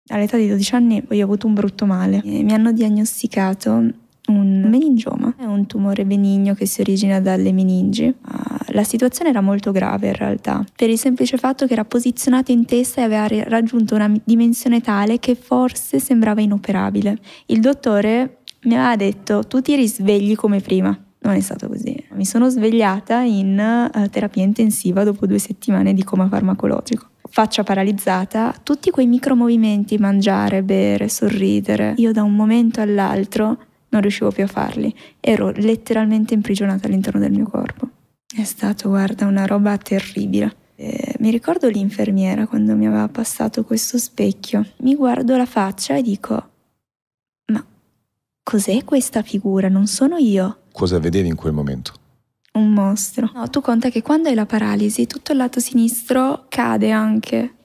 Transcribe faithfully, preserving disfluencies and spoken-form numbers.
All'età di dodici anni poi ho avuto un brutto male. E mi hanno diagnosticato un meningioma, è un tumore benigno che si origina dalle meningi. La situazione era molto grave in realtà, per il semplice fatto che era posizionato in testa e aveva raggiunto una dimensione tale che forse sembrava inoperabile. Il dottore mi aveva detto: tu ti risvegli come prima. Non è stato così. Mi sono svegliata in uh, terapia intensiva dopo due settimane di coma farmacologico. Faccia paralizzata, tutti quei micromovimenti, mangiare, bere, sorridere, io da un momento all'altro non riuscivo più a farli. Ero letteralmente imprigionata all'interno del mio corpo. È stato, guarda, una roba terribile. Eh, mi ricordo l'infermiera quando mi aveva passato questo specchio. Mi guardo la faccia e dico: ma cos'è questa figura? Non sono io. Cosa vedevi in quel momento? Un mostro. No, tu conta che quando hai la paralisi tutto il lato sinistro cade anche.